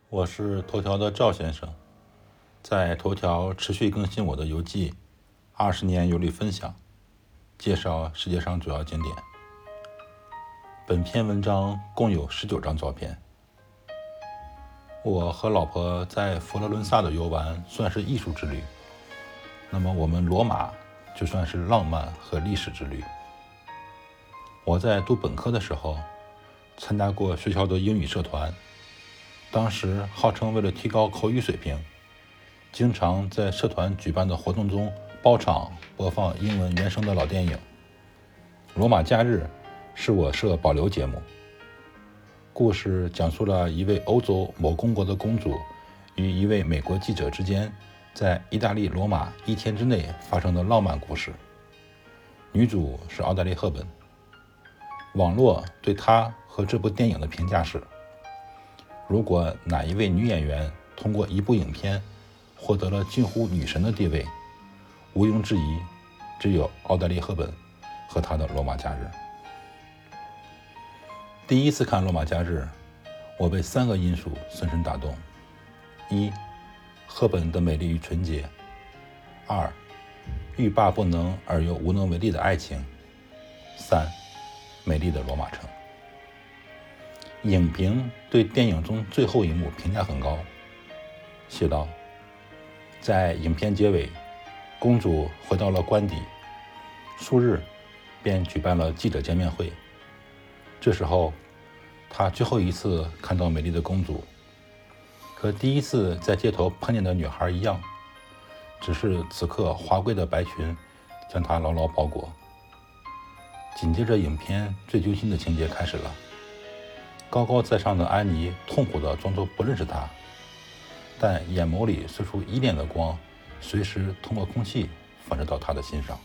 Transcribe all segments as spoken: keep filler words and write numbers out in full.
我是头条的赵先生，在头条持续更新我的游记，二十年游历分享，介绍世界上主要景点。本篇文章共有十九张照片。我和老婆在佛罗伦萨的游玩算是艺术之旅，那么我们罗马就算是浪漫和历史之旅。我在读本科的时候参加过学校的英语社团，当时号称为了提高口语水平，经常在社团举办的活动中包场播放英文原声的老电影。罗马假日是我社保留节目，故事讲述了一位欧洲某公国的公主与一位美国记者之间在意大利罗马一天之内发生的浪漫故事。女主是奥黛丽·赫本。网络对她和这部电影的评价是：如果哪一位女演员通过一部影片获得了近乎女神的地位，毋庸置疑，只有奥黛丽·赫本和她的《罗马假日》。第一次看《罗马假日》，我被三个因素深深打动：一、赫本的美丽与纯洁；二、欲罢不能而又无能为力的爱情；三、美丽的罗马城。影评对电影中最后一幕评价很高，写道：在影片结尾，公主回到了官邸，数日便举办了记者见面会。这时候她最后一次看到美丽的公主，和第一次在街头碰见的女孩一样，只是此刻华贵的白裙将她牢牢包裹。紧接着影片最揪心的情节开始了，高高在上的安妮痛苦地装作不认识他，但眼眸里射出依恋的光，随时通过空气反射到他的心上。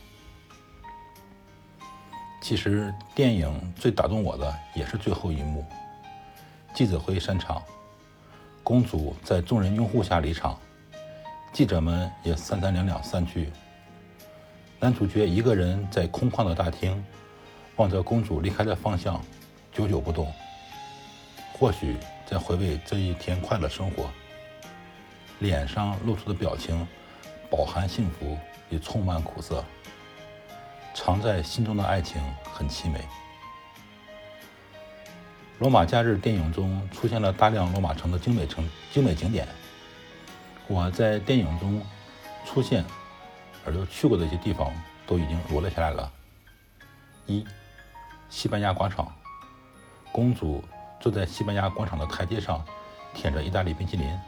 其实电影最打动我的也是最后一幕，记者会散场，公主在众人拥护下离场，记者们也三三两两散去，男主角一个人在空旷的大厅望着公主离开的方向，久久不动，或许在回味这一天快乐生活，脸上露出的表情饱含幸福也充满苦涩，藏在心中的爱情很凄美。罗马假日电影中出现了大量罗马城的精美城精美景点，我在电影中出现而又去过的一些地方都已经罗列下来了。一、西班牙广场，公主坐在西班牙广场的台阶上舔着意大利冰淇淋。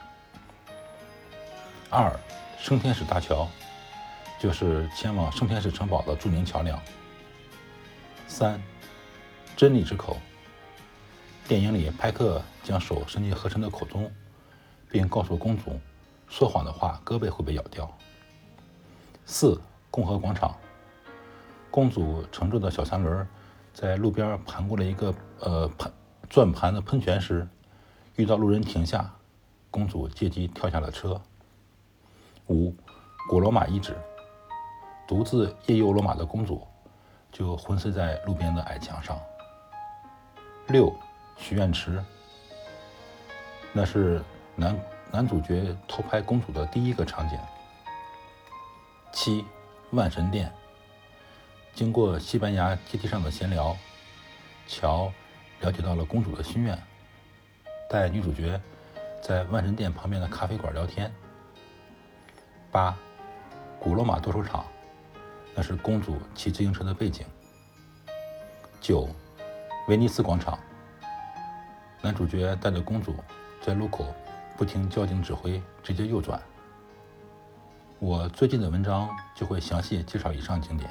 二、圣天使大桥，就是前往圣天使城堡的著名桥梁。三、真理之口，电影里派克将手伸进河神的口中，并告诉公主说谎的话胳膊会被咬掉。四、共和广场，公主乘坐的小三轮在路边盘过了一个呃盘转盘的喷泉时，遇到路人停下，公主借机跳下了车。五、古罗马遗址，独自夜游罗马的公主就昏睡在路边的矮墙上。六、许愿池，那是男男主角偷拍公主的第一个场景。七、万神殿，经过西班牙阶梯上的闲聊，乔了解到了公主的心愿，带女主角在万神殿旁边的咖啡馆聊天。八、古罗马斗兽场，那是公主骑自行车的背景。九、威尼斯广场，男主角带着公主在路口不听交警指挥，直接右转。我最近的文章就会详细介绍以上景点。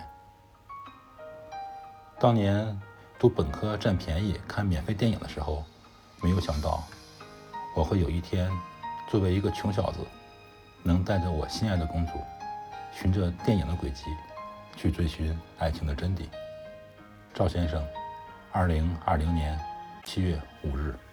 当年读本科占便宜看免费电影的时候，没有想到我会有一天作为一个穷小子，能带着我心爱的公主，循着电影的轨迹去追寻爱情的真谛。赵先生，二零二零年七月五日。